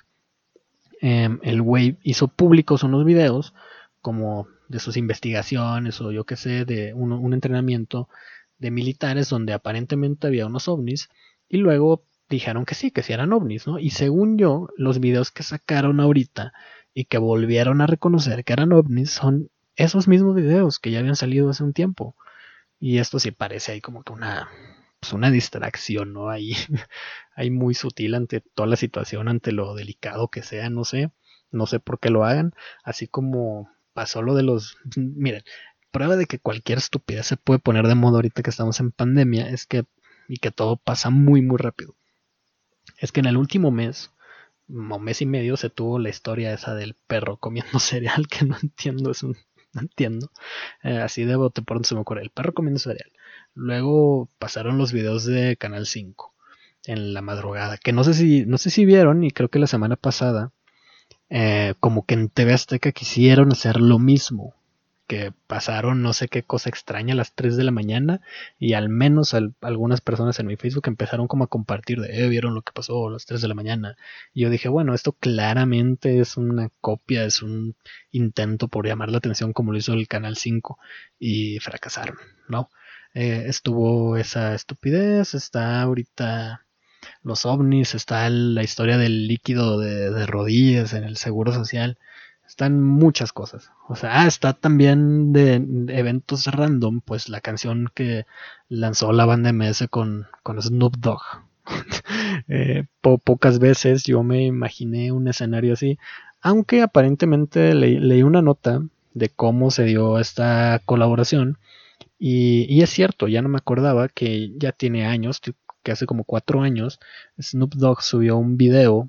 el güey hizo públicos unos videos como de sus investigaciones o yo qué sé, de un entrenamiento de militares donde aparentemente había unos ovnis, y luego dijeron que sí eran ovnis, ¿no? Y según yo, los videos que sacaron ahorita y que volvieron a reconocer que eran ovnis son esos mismos videos que ya habían salido hace un tiempo. Y esto sí parece ahí como que una distracción, ¿no? Ahí, ahí muy sutil ante toda la situación, ante lo delicado que sea, no sé por qué lo hagan, así como pasó lo de los, miren, prueba de que cualquier estupidez se puede poner de moda ahorita que estamos en pandemia, y que todo pasa muy, muy rápido. Es que en el último mes, o mes y medio, se tuvo la historia esa del perro comiendo cereal, que no entiendo, no entiendo. Así de bote pronto se me ocurre, el perro comiendo cereal. Luego pasaron los videos de Canal 5 en la madrugada, que no sé si vieron, y creo que la semana pasada, como que en TV Azteca quisieron hacer lo mismo, que pasaron no sé qué cosa extraña a las 3 de la mañana y al menos algunas personas en mi Facebook empezaron como a compartir de, vieron lo que pasó a las 3 de la mañana. Y yo dije, bueno, esto claramente es una copia, es un intento por llamar la atención como lo hizo el Canal 5 y fracasaron, ¿no? Estuvo esa estupidez, está ahorita los ovnis, está la historia del líquido de rodillas en el Seguro Social, están muchas cosas. O sea, está también de eventos random, pues la canción que lanzó la banda MS con Snoop Dogg. Pocas veces yo me imaginé un escenario así, aunque aparentemente leí una nota de cómo se dio esta colaboración y es cierto, ya no me acordaba que ya tiene años, que hace como 4 años, Snoop Dogg subió un video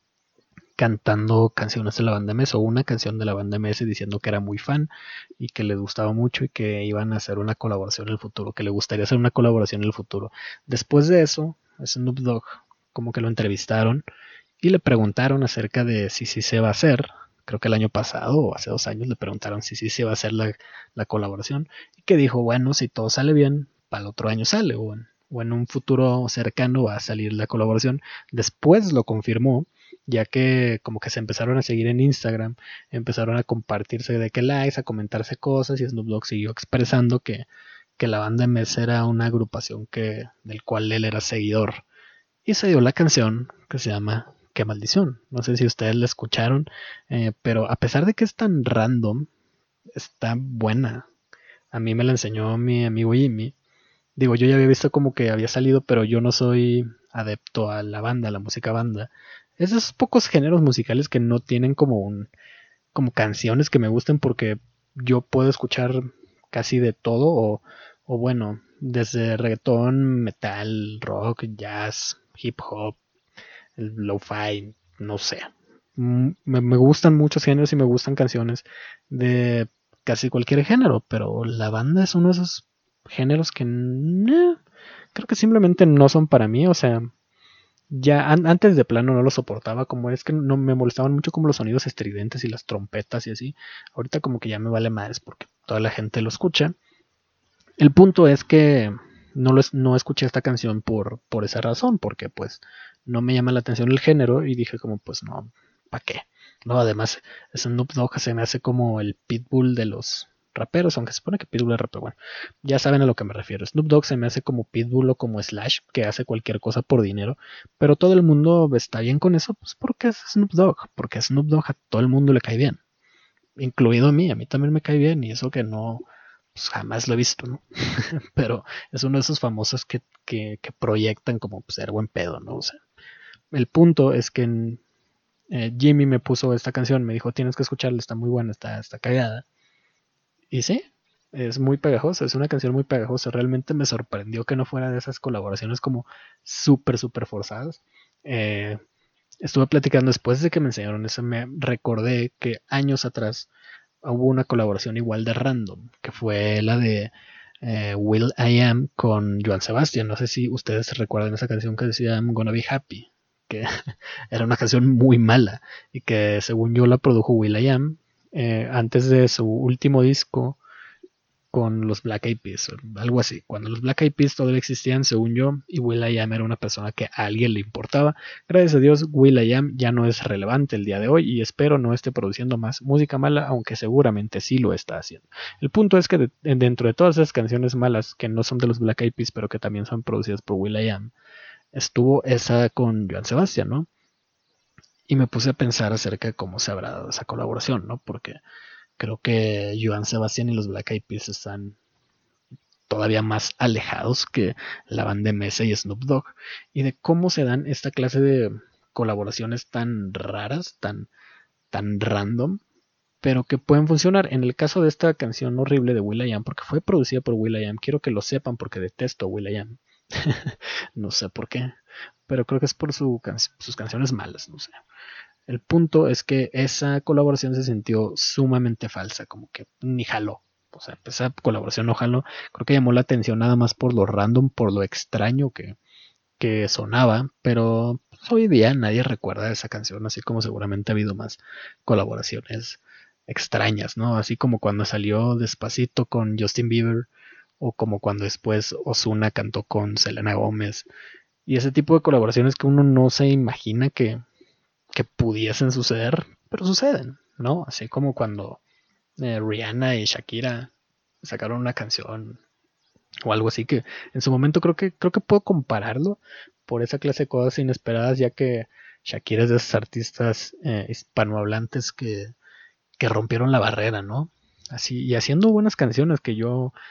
cantando canciones de la banda MS o una canción de la banda MS diciendo que era muy fan y que le gustaba mucho y que iban a hacer una colaboración en el futuro, que le gustaría hacer una colaboración en el futuro. Después de eso, Snoop Dogg como que lo entrevistaron y le preguntaron acerca de si sí se va a hacer. Creo que el año pasado o hace 2 años le preguntaron si sí se va a hacer la colaboración y que dijo, bueno, si todo sale bien, para el otro año sale o en un futuro cercano va a salir la colaboración. Después lo confirmó, ya que como que se empezaron a seguir en Instagram, empezaron a compartirse de que likes, a comentarse cosas y Snoop Dogg siguió expresando que la banda MS era una agrupación del cual él era seguidor. Y se dio la canción que se llama Qué maldición. No sé si ustedes la escucharon, pero a pesar de que es tan random, está buena. A mí me la enseñó mi amigo Jimmy. Digo, yo ya había visto como que había salido, pero yo no soy adepto a la banda, a la música banda. Es de esos pocos géneros musicales que no tienen como canciones que me gusten porque yo puedo escuchar casi de todo o bueno, desde reggaetón, metal, rock, jazz, hip hop, el lo-fi, no sé. Me gustan muchos géneros y me gustan canciones de casi cualquier género, pero la banda es uno de esos géneros que creo que simplemente no son para mí, o sea, ya antes de plano no lo soportaba, como es que no me molestaban mucho como los sonidos estridentes y las trompetas y así. Ahorita como que ya me vale más porque toda la gente lo escucha. El punto es que no escuché esta canción por esa razón, porque pues no me llama la atención el género y dije como pues no, ¿para qué? No, además Snoop Dogg se me hace como el pitbull de los raperos, aunque se supone que Pitbull es rapero, bueno, ya saben a lo que me refiero. Snoop Dogg se me hace como Pitbull o como Slash, que hace cualquier cosa por dinero, pero todo el mundo está bien con eso, pues porque es Snoop Dogg, porque Snoop Dogg a todo el mundo le cae bien, incluido a mí también me cae bien y eso que no, pues jamás lo he visto, ¿no? Pero es uno de esos famosos que proyectan como pues, ser buen pedo, ¿no? O sea, el punto es que Jimmy me puso esta canción, me dijo, tienes que escucharla, está muy buena, está cagada. Y sí, es muy pegajosa, es una canción muy pegajosa. Realmente me sorprendió que no fuera de esas colaboraciones como súper, súper forzadas. Eh, Estuve platicando después de que me enseñaron eso, me recordé que años atrás hubo una colaboración igual de random, que fue la de Will I Am con Joan Sebastián. No sé si ustedes recuerdan esa canción que decía I'm Gonna Be Happy, que era una canción muy mala y que según yo la produjo Will I Am antes de su último disco con los Black Eyed Peas, algo así. Cuando los Black Eyed Peas todavía existían, según yo, y will.i.am era una persona que a alguien le importaba. Gracias a Dios, will.i.am ya no es relevante el día de hoy y espero no esté produciendo más música mala, aunque seguramente sí lo está haciendo. El punto es que dentro de todas esas canciones malas que no son de los Black Eyed Peas, pero que también son producidas por will.i.am, estuvo esa con Joan Sebastián, ¿no? Y me puse a pensar acerca de cómo se habrá dado esa colaboración, ¿no? Porque creo que Joan Sebastián y los Black Eyed Peas están todavía más alejados que la banda MS y Snoop Dogg, y de cómo se dan esta clase de colaboraciones tan raras, tan random, pero que pueden funcionar. En el caso de esta canción horrible de will.i.am, porque fue producida por will.i.am, quiero que lo sepan porque detesto a will.i.am. No sé por qué, pero creo que es por sus canciones malas, no sé. El punto es que esa colaboración se sintió sumamente falsa, como que ni jaló. O sea, esa colaboración no jaló. Creo que llamó la atención nada más por lo random, por lo extraño que sonaba, pero pues, hoy día nadie recuerda esa canción, así como seguramente ha habido más colaboraciones extrañas, ¿no? Así como cuando salió Despacito con Justin Bieber, o como cuando después Ozuna cantó con Selena Gómez, y ese tipo de colaboraciones que uno no se imagina que pudiesen suceder, pero suceden, ¿no? Así como cuando Rihanna y Shakira sacaron una canción o algo así que en su momento creo que puedo compararlo por esa clase de cosas inesperadas, ya que Shakira es de esos artistas hispanohablantes que rompieron la barrera, ¿no? Así, y haciendo buenas canciones que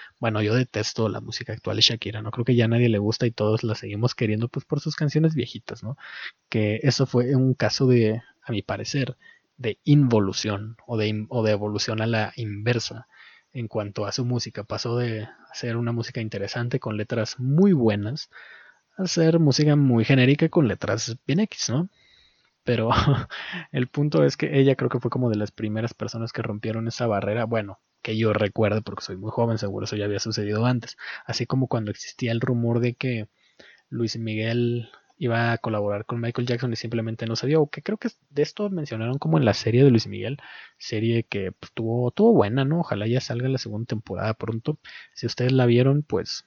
yo detesto la música actual de Shakira, no creo que ya a nadie le gusta y todos la seguimos queriendo pues por sus canciones viejitas, ¿no? Que eso fue un caso de, a mi parecer, de involución o de evolución a la inversa en cuanto a su música. Pasó de hacer una música interesante con letras muy buenas a hacer música muy genérica con letras bien X, ¿no? Pero el punto es que ella creo que fue como de las primeras personas que rompieron esa barrera. Bueno, que yo recuerdo porque soy muy joven, seguro eso ya había sucedido antes. Así como cuando existía el rumor de que Luis Miguel iba a colaborar con Michael Jackson y simplemente no se dio. Que creo que de esto mencionaron como en la serie de Luis Miguel, serie que pues, tuvo buena, ¿no? Ojalá ya salga la segunda temporada pronto. Si ustedes la vieron, pues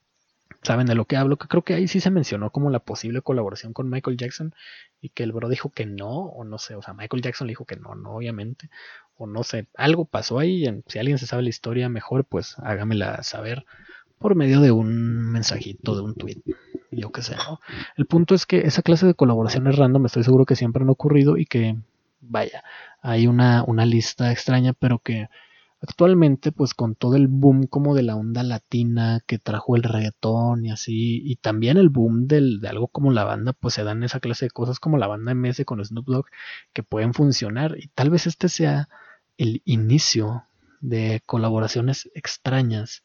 saben de lo que hablo, que creo que ahí sí se mencionó como la posible colaboración con Michael Jackson y que el bro dijo que no, o no sé, o sea, Michael Jackson le dijo que no, obviamente, o no sé, algo pasó ahí, si alguien se sabe la historia mejor, pues hágamela saber por medio de un mensajito, de un tweet, yo qué sé, ¿no? El punto es que esa clase de colaboraciones random estoy seguro que siempre han ocurrido y que, vaya, hay una lista extraña, pero que actualmente, pues con todo el boom como de la onda latina que trajo el reggaetón y así, y también el boom de algo como la banda, pues se dan esa clase de cosas como la banda MS con Snoop Dogg que pueden funcionar y tal vez este sea el inicio de colaboraciones extrañas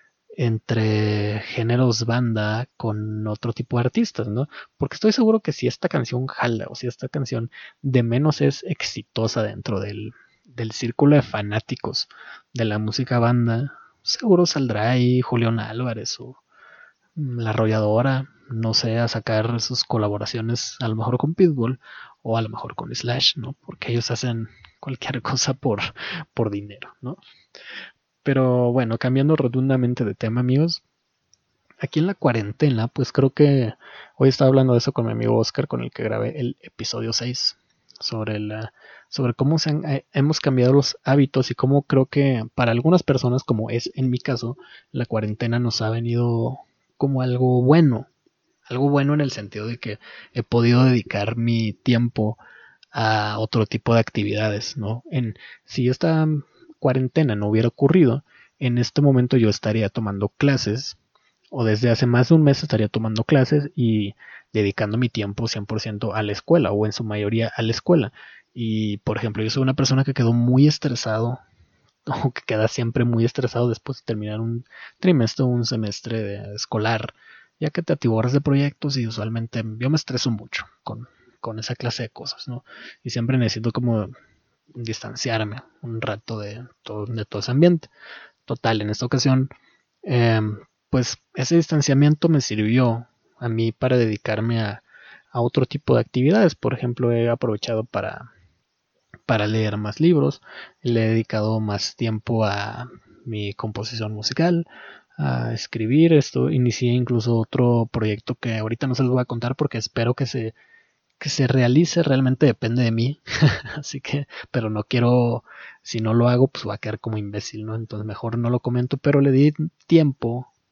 entre géneros banda con otro tipo de artistas, ¿no? Porque estoy seguro que si esta canción jala o si esta canción de menos es exitosa dentro del círculo de fanáticos de la música banda, seguro saldrá ahí Julián Álvarez o La Arrolladora, no sé, a sacar sus colaboraciones a lo mejor con Pitbull o a lo mejor con Slash, ¿no? Porque ellos hacen cualquier cosa por dinero, ¿no? Pero bueno, cambiando rotundamente de tema, amigos, aquí en la cuarentena, pues creo que hoy estaba hablando de eso con mi amigo Oscar, con el que grabé el episodio 6, sobre cómo hemos cambiado los hábitos y cómo creo que para algunas personas, como es en mi caso, la cuarentena nos ha venido como algo bueno en el sentido de que he podido dedicar mi tiempo a otro tipo de actividades, ¿no? Si esta cuarentena no hubiera ocurrido, en este momento yo estaría tomando clases o desde hace más de un mes estaría tomando clases y dedicando mi tiempo 100% a la escuela o en su mayoría a la escuela. Y por ejemplo, yo soy una persona que quedó muy estresado o que queda siempre muy estresado después de terminar un trimestre o un semestre escolar, ya que te atiborras de proyectos y usualmente yo me estreso mucho con esa clase de cosas, ¿no? Y siempre necesito como distanciarme un rato de todo ese ambiente. Total, en esta ocasión eh, pues ese distanciamiento me sirvió a mí para dedicarme a otro tipo de actividades. Por ejemplo, he aprovechado para leer más libros, le he dedicado más tiempo a mi composición musical, a escribir esto, inicié incluso otro proyecto que ahorita no se los voy a contar porque espero que se realice, realmente depende de mí, así que, pero no quiero, si no lo hago, pues va a quedar como imbécil, ¿no? Entonces mejor no lo comento, pero le di tiempo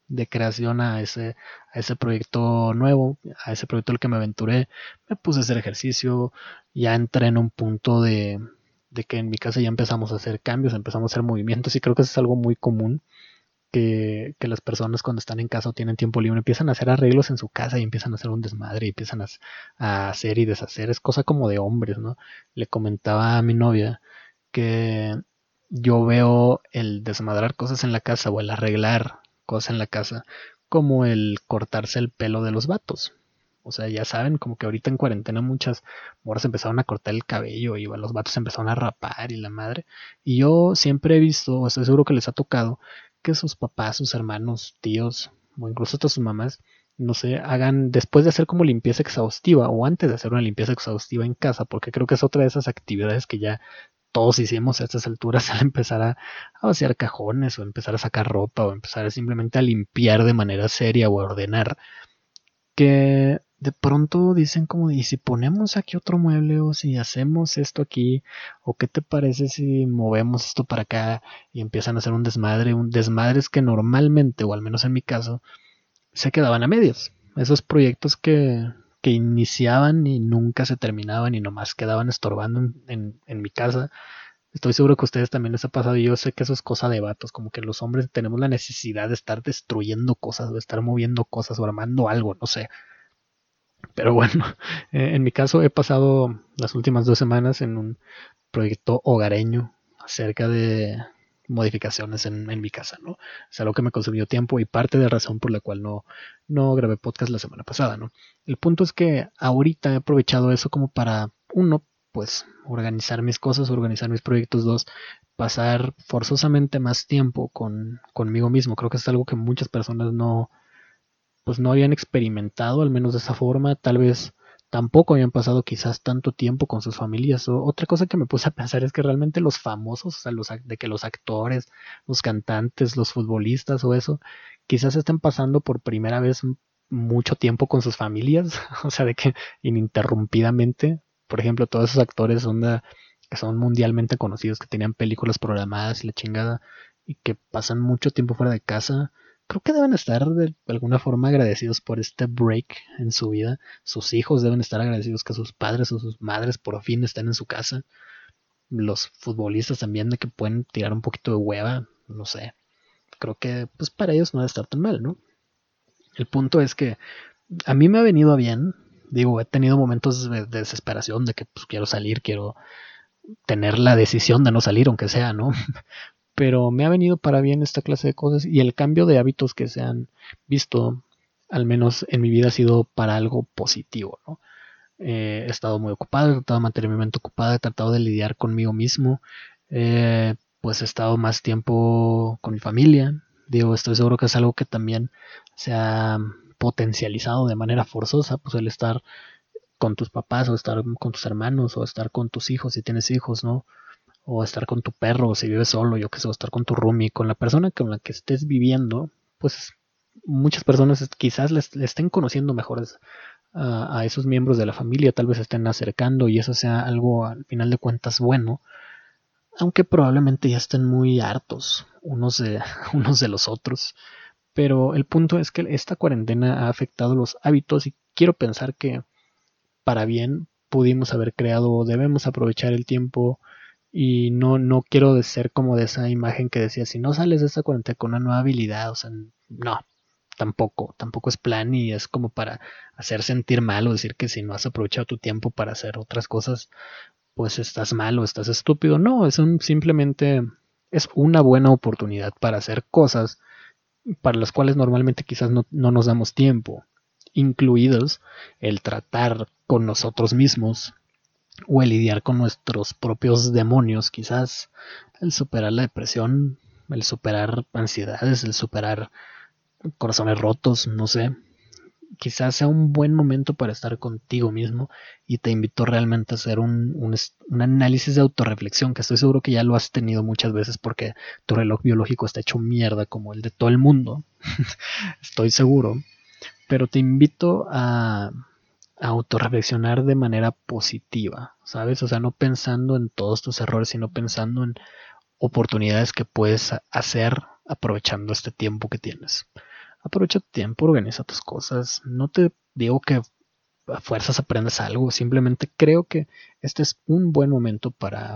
de creación a ese proyecto nuevo, a ese proyecto al que me aventuré. Me puse a hacer ejercicio, ya entré en un punto de que en mi casa ya empezamos a hacer cambios, empezamos a hacer movimientos y creo que eso es algo muy común. Que las personas cuando están en casa o tienen tiempo libre empiezan a hacer arreglos en su casa y empiezan a hacer un desmadre y empiezan a hacer y deshacer. Es cosa como de hombres, ¿no? Le comentaba a mi novia que yo veo el desmadrar cosas en la casa o el arreglar cosas en la casa como el cortarse el pelo de los vatos. O sea, ya saben, como que ahorita en cuarentena muchas morras empezaron a cortar el cabello y los vatos empezaron a rapar y la madre. Y yo siempre he visto, o estoy seguro que les ha tocado, que sus papás, sus hermanos, tíos, o incluso hasta sus mamás, no sé, hagan después de hacer como limpieza exhaustiva o antes de hacer una limpieza exhaustiva en casa, porque creo que es otra de esas actividades que ya todos hicimos a estas alturas al empezar a vaciar cajones o empezar a sacar ropa o empezar simplemente a limpiar de manera seria o a ordenar, que de pronto dicen como, ¿y si ponemos aquí otro mueble o si hacemos esto aquí? ¿O qué te parece si movemos esto para acá? Y empiezan a hacer un desmadre es que normalmente, o al menos en mi caso, se quedaban a medias. Esos proyectos que iniciaban y nunca se terminaban y nomás quedaban estorbando en mi casa. Estoy seguro que a ustedes también les ha pasado y yo sé que eso es cosa de vatos, como que los hombres tenemos la necesidad de estar destruyendo cosas, de estar moviendo cosas o armando algo, no sé. Pero bueno, en mi caso he pasado las últimas 2 semanas en un proyecto hogareño acerca de modificaciones en mi casa, ¿no? Es algo que me consumió tiempo y parte de la razón por la cual no grabé podcast la semana pasada, ¿no? El punto es que ahorita he aprovechado eso como para, uno, pues organizar mis cosas, organizar mis proyectos, dos, pasar forzosamente más tiempo conmigo mismo. Creo que es algo que muchas personas pues no habían experimentado, al menos de esa forma, tal vez tampoco habían pasado quizás tanto tiempo con sus familias. Otra cosa que me puse a pensar es que realmente los famosos, o sea, de que los actores, los cantantes, los futbolistas o eso, quizás estén pasando por primera vez mucho tiempo con sus familias, o sea, de que ininterrumpidamente, por ejemplo, todos esos actores que son mundialmente conocidos, que tenían películas programadas y la chingada, y que pasan mucho tiempo fuera de casa. Creo que deben estar de alguna forma agradecidos por este break en su vida. Sus hijos deben estar agradecidos que sus padres o sus madres por fin estén en su casa. Los futbolistas también de que pueden tirar un poquito de hueva, no sé. Creo que pues para ellos no debe estar tan mal, ¿no? El punto es que a mí me ha venido bien. Digo, he tenido momentos de desesperación de que pues, quiero salir, quiero tener la decisión de no salir, aunque sea, ¿no? Pero me ha venido para bien esta clase de cosas y el cambio de hábitos que se han visto, al menos en mi vida, ha sido para algo positivo, ¿no? He estado muy ocupado, he tratado de mantener mi mente ocupada, he tratado de lidiar conmigo mismo, pues he estado más tiempo con mi familia. Digo, estoy seguro que es algo que también se ha potencializado de manera forzosa, pues el estar con tus papás o estar con tus hermanos o estar con tus hijos si tienes hijos, ¿no? O estar con tu perro, o si vives solo, yo que sé, o estar con tu roomie, con la persona con la que estés viviendo, pues muchas personas quizás le estén conociendo mejor a esos miembros de la familia, tal vez se estén acercando y eso sea algo al final de cuentas bueno, aunque probablemente ya estén muy hartos unos de los otros. Pero el punto es que esta cuarentena ha afectado los hábitos y quiero pensar que para bien pudimos haber creado o debemos aprovechar el tiempo y no quiero de ser como de esa imagen que decía, si no sales de esta cuarentena con una nueva habilidad, o sea, no, tampoco es plan y es como para hacer sentir mal o decir que si no has aprovechado tu tiempo para hacer otras cosas, pues estás mal o estás estúpido. No, simplemente es una buena oportunidad para hacer cosas para las cuales normalmente quizás no nos damos tiempo, incluidos el tratar con nosotros mismos o el lidiar con nuestros propios demonios, quizás el superar la depresión, el superar ansiedades, el superar corazones rotos, no sé. Quizás sea un buen momento para estar contigo mismo y te invito realmente a hacer un análisis de autorreflexión, que estoy seguro que ya lo has tenido muchas veces porque tu reloj biológico está hecho mierda como el de todo el mundo, estoy seguro, pero te invito a autorreflexionar de manera positiva, ¿sabes? O sea, no pensando en todos tus errores, sino pensando en oportunidades que puedes hacer aprovechando este tiempo que tienes. aprovecha tu tiempo, organiza tus cosas. No te digo que a fuerzas aprendas algo, simplemente creo que este es un buen momento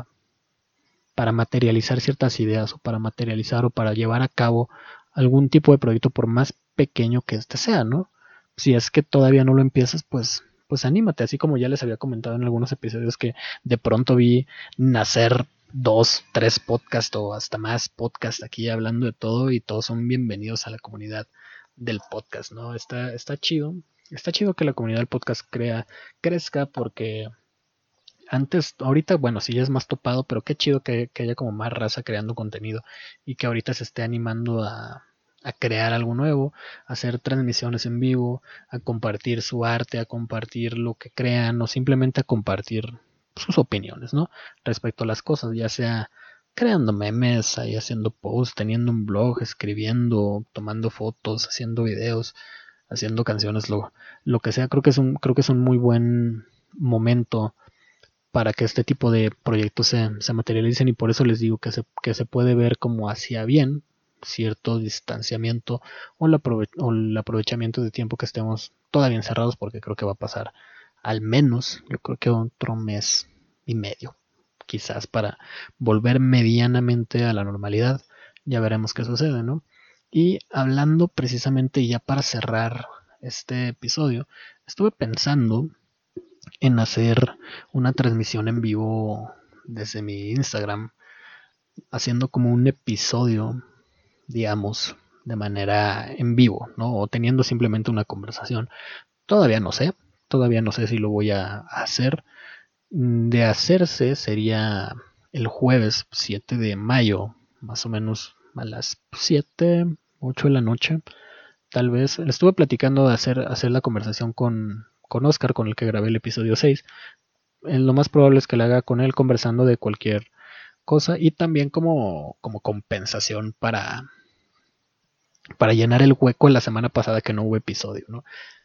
para materializar ciertas ideas o para materializar o para llevar a cabo algún tipo de proyecto por más pequeño que este sea, ¿no? Si es que todavía no lo empiezas, pues anímate, así como ya les había comentado en algunos episodios que de pronto vi nacer 2, 3 podcasts o hasta más podcasts aquí hablando de todo y todos son bienvenidos a la comunidad del podcast, ¿no? Está chido que la comunidad del podcast crezca porque antes, ahorita, bueno, sí ya es más topado, pero qué chido que haya como más raza creando contenido y que ahorita se esté animando a crear algo nuevo, a hacer transmisiones en vivo, a compartir su arte, a compartir lo que crean o simplemente a compartir sus opiniones, ¿no? Respecto a las cosas, ya sea creando memes, ahí haciendo posts, teniendo un blog, escribiendo, tomando fotos, haciendo videos, haciendo canciones, lo que sea, creo que es un muy buen momento para que este tipo de proyectos se materialicen y por eso les digo que se puede ver como hacia bien cierto distanciamiento o el aprovechamiento de tiempo que estemos todavía encerrados porque creo que va a pasar al menos yo creo que otro mes y medio quizás para volver medianamente a la normalidad. Ya veremos qué sucede, ¿no? Y hablando precisamente ya para cerrar este episodio, estuve pensando en hacer una transmisión en vivo desde mi Instagram, haciendo como un episodio, digamos, de manera en vivo, ¿no? O teniendo simplemente una conversación. Todavía no sé si lo voy a hacer. De hacerse sería el jueves 7 de mayo, más o menos a las 7, 8 de la noche. Tal vez le estuve platicando de hacer la conversación con Oscar, con el que grabé el episodio 6. Lo más probable es que la haga con él conversando de cualquier cosa y también como compensación para llenar el hueco en la semana pasada que no hubo episodio, ¿no?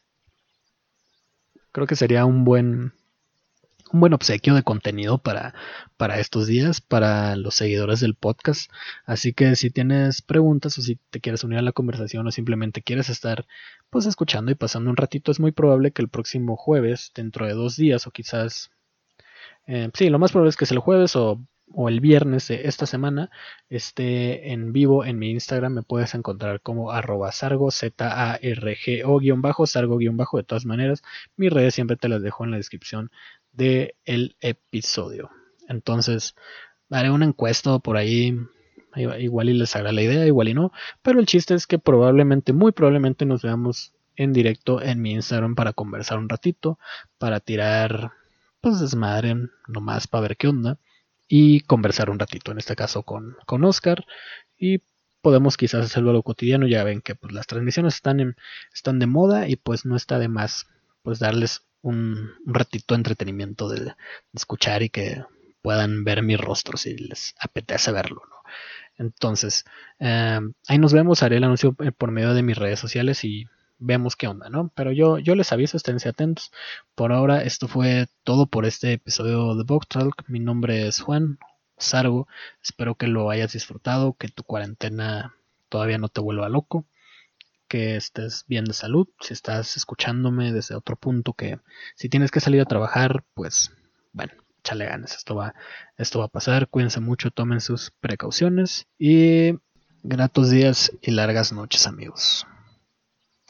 Creo que sería un buen obsequio de contenido para estos días, para los seguidores del podcast. Así que si tienes preguntas o si te quieres unir a la conversación o simplemente quieres estar pues escuchando y pasando un ratito, es muy probable que el próximo jueves, dentro de 2 días o quizás sí, lo más probable es que es el jueves o el viernes de esta semana esté en vivo en mi Instagram. Me puedes encontrar como @sargo, Zargo guión bajo, Sargo guión bajo. De todas maneras, mis redes siempre te las dejo en la descripción del episodio. Entonces, haré una encuesta por ahí. Igual y les haga la idea, igual y no. Pero el chiste es que probablemente, muy probablemente nos veamos en directo en mi Instagram para conversar un ratito, para tirar pues desmadre, nomás para ver qué onda y conversar un ratito, en este caso con Oscar y podemos quizás hacerlo a lo cotidiano. Ya ven que pues las transmisiones están de moda y pues no está de más pues darles un ratito de entretenimiento de escuchar y que puedan ver mi rostro si les apetece verlo, ¿no? Entonces, ahí nos vemos, haré el anuncio por medio de mis redes sociales y vemos qué onda, ¿no? Pero yo les aviso, esténse atentos. Por ahora, esto fue todo por este episodio de Book Talk. Mi nombre es Juan Sargo. Espero que lo hayas disfrutado, que tu cuarentena todavía no te vuelva loco, que estés bien de salud. Si estás escuchándome desde otro punto, que si tienes que salir a trabajar, pues bueno, échale ganas. Esto va a pasar. Cuídense mucho, tomen sus precauciones y gratos días y largas noches, amigos.